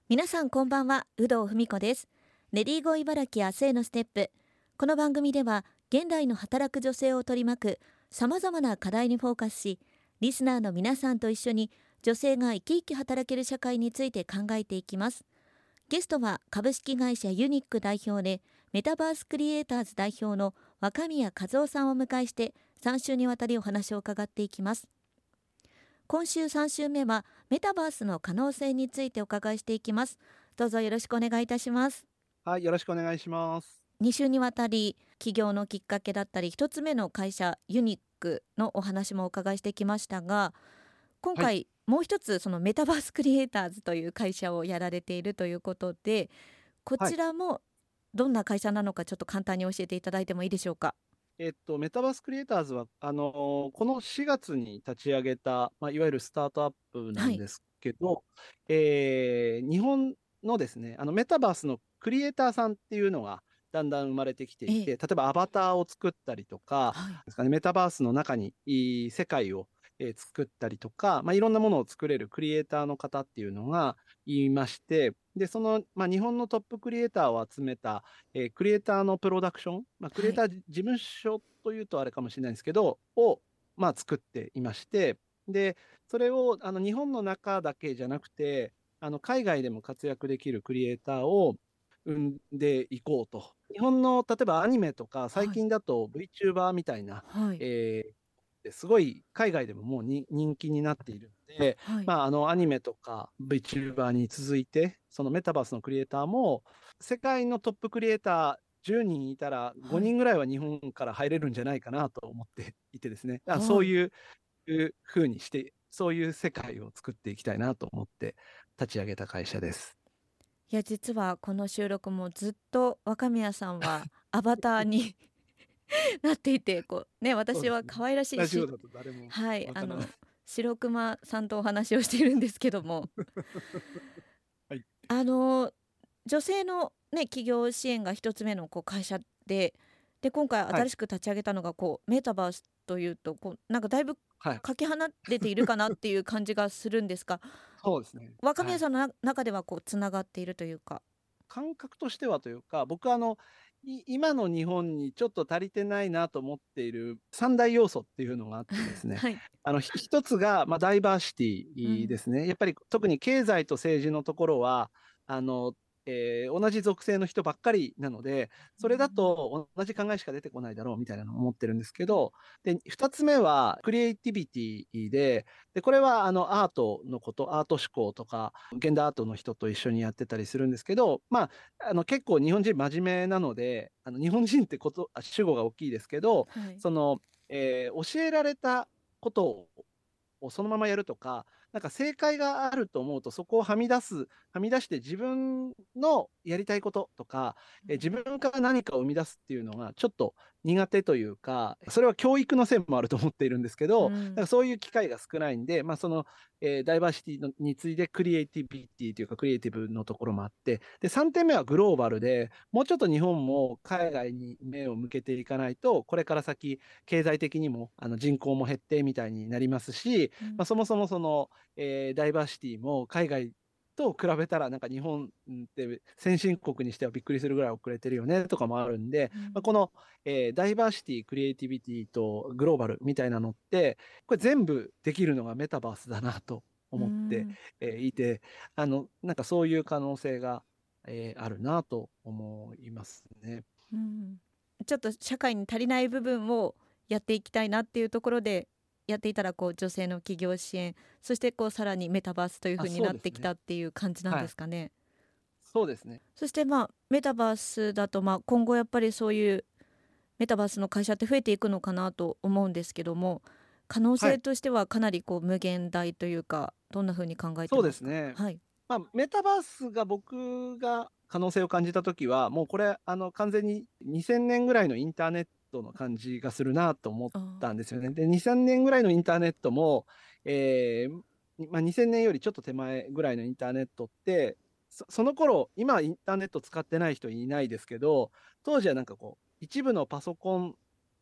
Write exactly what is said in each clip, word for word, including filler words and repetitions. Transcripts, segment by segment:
皆さんこんばんは、有働文子です。レディーゴー茨城明日へのステップ。この番組では現代の働く女性を取り巻くさまざまな課題にフォーカスし、リスナーの皆さんと一緒に女性が生き生き働ける社会について考えていきます。ゲストは株式会社ユニック代表でメタバースクリエイターズ代表の若宮和夫さんをお迎えしてさん週にわたりお話を伺っていきます。今週さん週目はメタバースの可能性についてお伺いしていきます。どうぞよろしくお願いいたします。 はい、よろしくお願いします。 に週にわたり起業のきっかけだったりひとつめの会社ユニックのお話もお伺いしてきましたが、今回、はい、もう一つそのメタバースクリエイターズという会社をやられているということで、こちらもどんな会社なのかちょっと簡単に教えていただいてもいいでしょうか。 えっと、メタバースクリエイターズは、あのーこのしがつに立ち上げた、まあ、いわゆるスタートアップなんですけど、はい、えー日本のですね、あのメタバースのクリエイターさんっていうのがだんだん生まれてきていて、ええ、例えばアバターを作ったりとか、はい、ですかね、メタバースの中にいい世界をえー作ったりとか、まあ、いろんなものを作れるクリエイターの方っていうのがいまして、で、その、まあ、日本のトップクリエイターを集めた、えークリエイターのプロダクション、まあ、クリエイター事務所というとあれかもしれないんですけど、を、まあ、作っていまして、で、それをあの日本の中だけじゃなくて、あの海外でも活躍できるクリエイターを生んでいこうと。日本の例えばアニメとか、最近だと VTuber みたいな、はい、えーすごい海外でももうに人気になっているので、はい、まあ、あのアニメとか VTuber に続いて、そのメタバースのクリエイターも、世界のトップクリエイターじゅうにんいたらごにんぐらいは日本から入れるんじゃないかなと思っていてですね、はい、そういうふうにして、そういう世界を作っていきたいなと思って立ち上げた会社です。 いや、実はこの収録もずっと若宮さんはアバターになっていて、こうね、私は可愛らしいし、 ラジオだと誰もはい、あの白熊さんとお話をしているんですけども、はい、あの女性のね企業支援が一つ目のこう会社で、で今回新しく立ち上げたのがこう、はい、メタバースというとこうなんかだいぶかけ離れているかなっていう感じがするんですが、 そうですね。 若宮さんの、はい、中ではこうつながっているというか。 感覚としてはというか、僕はあの今の日本にちょっと足りてないなと思っている三大要素っていうのがあってですね、はい、あの一つが、まあ、ダイバーシティですね、うん、やっぱり特に経済と政治のところはあの、えー、同じ属性の人ばっかりなので、それだと同じ考えしか出てこないだろうみたいなのを思ってるんですけど、で二つ目はクリエイティビティで、でこれはあのアートのこと、アート思考とか現代アートの人と一緒にやってたりするんですけど、まあ、あの結構日本人真面目なので、あの日本人ってこと主語が大きいですけど、はい、そのえー、教えられたことををそのままやるとか、なんか正解があると思うとそこをはみ出す、はみ出して自分のやりたいこととか、え自分から何かを生み出すっていうのがちょっと苦手というか、それは教育の線もあると思っているんですけど、うん、なんかそういう機会が少ないんで、まあ、その、えー、ダイバーシティのに次いでクリエイティビティというかクリエイティブのところもあって、でさんてんめはグローバルで、もうちょっと日本も海外に目を向けていかないと、これから先経済的にもあの人口も減ってみたいになりますし、うん、まあ、そもそもその、えー、ダイバーシティも海外と比べたらなんか日本って先進国にしてはびっくりするぐらい遅れてるよねとかもあるんで、うん、まあ、この、えー、ダイバーシティ、クリエイティビティとグローバルみたいなのってこれ全部できるのがメタバースだなと思って、うんえー、いて、あのなんかそういう可能性が、えー、あるなと思いますね。 うん、ちょっと社会に足りない部分をやっていきたいなっていうところでやっていたらこう女性の企業支援、そしてこうさらにメタバースというふうになってきたっていう感じなんですかね。 そうですね。 そしてまあメタバースだとまあ今後やっぱりそういうメタバースの会社って増えていくのかなと思うんですけども、可能性としてはかなりこう無限大というか、どんなふうに考えてますか？ そうですね。 はい。 まあ、メタバースが僕が可能性を感じたときは、もうこれ、あの完全ににせんねんぐらいのインターネットの感じがするなと思ったんですよね。で、にせんねんぐらいのインターネットも、えーまあ、にせんねんよりちょっと手前ぐらいのインターネットって、そその頃、今はインターネット使ってない人いないですけど、当時はなんかこう、一部のパソコン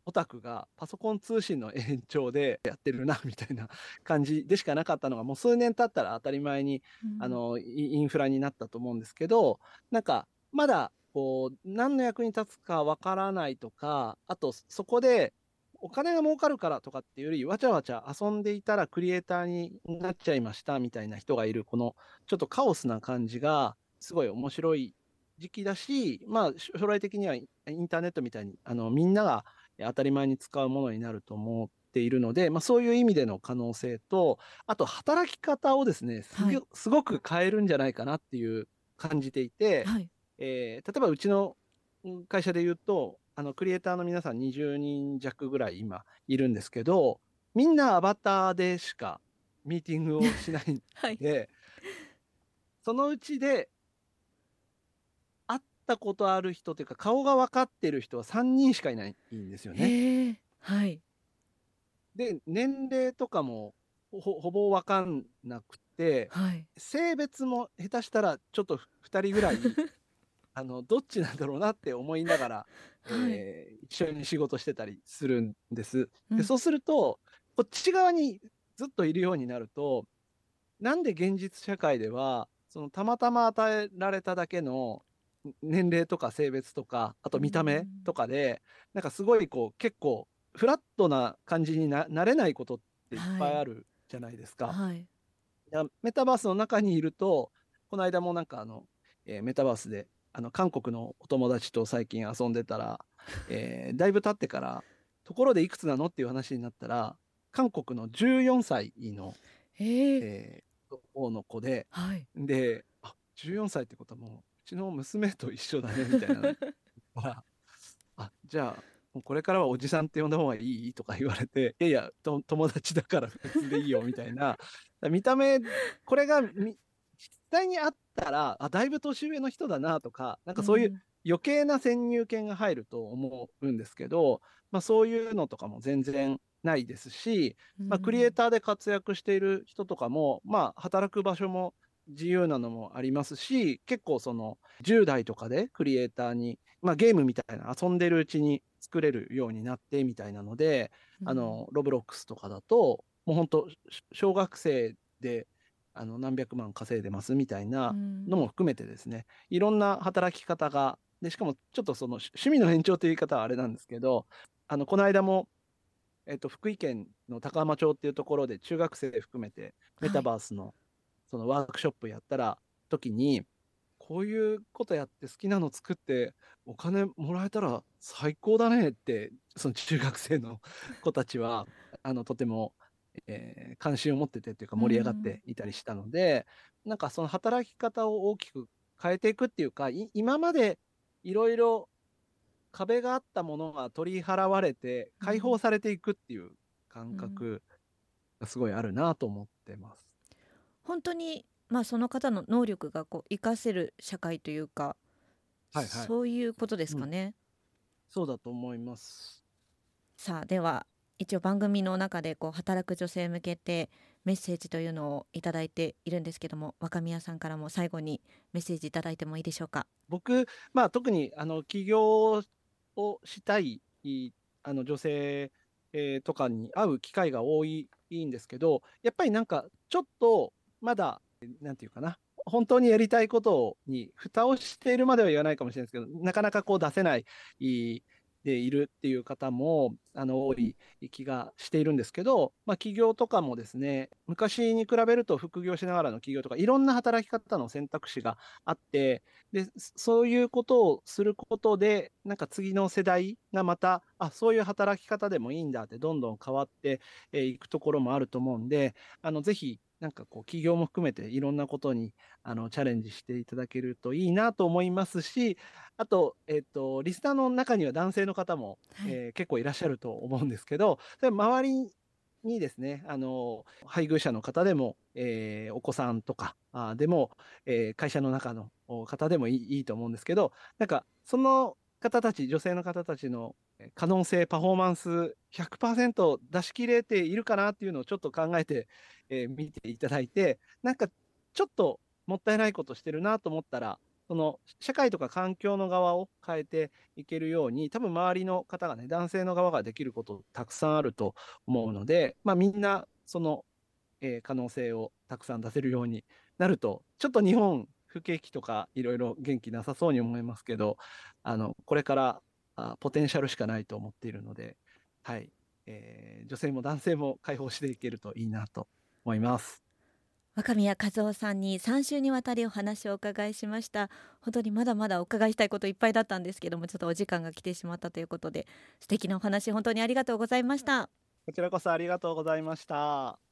オタクがパソコン通信の延長でやってるなみたいな感じでしかなかったのが、もう数年経ったら当たり前に、 うん、 あのイインフラになったと思うんですけど、なんかまだこう何の役に立つかわからないとか、あとそこでお金が儲かるからとかっていうより、わちゃわちゃ遊んでいたらクリエイターになっちゃいましたみたいな人がいる、このちょっとカオスな感じがすごい面白い時期だし、まあ、将来的にはインターネットみたいにあのみんなが当たり前に使うものになると思っているので、まあ、そういう意味での可能性と、あと働き方をですね、すはい。 ごすごく変えるんじゃないかなっていう感じていて、 はい。 えー例えばうちのうん会社で言うと、あのクリエイターの皆さんにじゅうにん弱ぐらい今いるんですけど、みんなアバターでしかミーティングをしないんはい。 で、そのうちで会ったことある人というか、顔が分かってる人はさんにんしかいないんですよね。 へえ。はい。 で、年齢とかもほほぼ分かんなくて、 はい。 性別も下手したらちょっとふたりぐらい、あの、どっちなんだろうなって思いながら、 はい。 えー一緒に仕事してたりするんです。で、 うん。 そうすると、こっち側にずっといるようになると、なんで現実社会では、そのたまたま与えられただけのん年齢とか性別とか、あうと見た目ん。 とかで、なんかすごいこう結構フラットな感じにななれないことっていっはい。 ぱいあるじゃないですか。 はい。 やメタバースの中にいると、この間もなんかあの、えーメタバースであの韓国のお友達と最近遊んでたら、えーだいぶ経ってから、ところでいくつなのっていう話になったら、韓国のじゅうよんさいの、 へえ。 えー男の子で、 はい。 で、あ、じゅうよんさいってことはもう、うちの娘と一緒だねみたいなのから、あ、じゃあ、もうこれからはおじさんって呼んだ方がいいとか言われて、いやいや、と友達だから普通でいいよみたいな、見た目、これがみ実際にあったら、あ、だいぶ年上の人だなとか、なんかそういううん。 余計な先入見が入ると思うんですけど、まあ、そういうのとかも全然ないですし、 うまあ、クリエイん。 ターで活躍している人とかも、まあ、働く場所も自由なのもありますし、結構そのじゅう代とかでクリエイターに、まあ、ゲームみたいな遊んでるうちに作れるようになってみたいなので、 うん。 あのロブロックスとかだともう本当小学生であの何百万稼いでますみたいなのうん。 も含めてですね、いろんな働き方が、でしかもちょっとその趣味の延長という言い方はあれなんですけど、あのこの間も、えっと、福井県の高浜町っていうところで中学生含めてメタはい。 バースのそのワークショップやったら時に、こういうことやって好きなの作ってお金もらえたら最高だねって、その中学生の子たちはあのとても、えー関心を持っててというかう盛り上がっん。 ていたりしたので、なんかその働き方を大きく変えていくっていうか、い今までいろいろ壁があったものが取り払われて解放うん。 されていくっていう感うん。 覚がすごいあるなと思ってます。 本当に、まあ、その方の能力がこう活かせる社会というか、 はいはい。 そういうことですうん、 かね。 そうだと思います。 さあ、では一応番組の中でこう働く女性向けてメッセージというのをいただいているんですけども、若宮さんからも最後にメッセージいただいてもいいでしょうか。 僕、まあ、特にあの起業をしたいいあの女性、えーとかに会う機会が多いいいんですけど、やっぱりなんかちょっとまだ、なんていうかな、本当にやりたいことに蓋をしているまでは言わないかもしれないですけど、なかなかこう出せないいでいるっていう方もあの多い気がしているんですけど、まあ、起業とかもですね、昔に比べると副業しながらの起業とか、いろんな働き方の選択肢があって、で、そういうことをすることで、なんか次の世代がまた、あ、そういう働き方でもいいんだってどんどん変わっていくところもあると思うんで、あのぜひ、なんかこう、企業も含めていろんなことにあのチャレンジしていただけるといいなと思いますし、あと、えっと、リスナーの中には男性の方も、 はい。 えー結構いらっしゃると思うんですけど、で周りにですね、あの配偶者の方でも、えーお子さんとかあでも、えー会社の中の方でもいいいいと思うんですけど、なんかその方たち、女性の方たちの可能性、パフォーマンスひゃくパーセント出し切れているかなっていうのをちょっと考えて、えー見ていただいて、なんかちょっともったいないことしてるなと思ったら、 その社会とか環境の側を変えていけるように、多分周りの方がね、男性の側ができることたくさんあると思うので、まあ、みんなその、えー可能性をたくさん出せるようになると、ちょっと日本不景気とかいろいろ元気なさそうに思いますけど、あのこれからあポテンシャルしかないと思っているので、はい、えー女性も男性も解放していけるといいなと思います。 若宮和夫さんにさん週にわたりお話をお伺いしました。本当にまだまだお伺いしたいこといっぱいだったんですけども、ちょっとお時間が来てしまったということで、素敵なお話本当にありがとうございました。 こちらこそありがとうございました。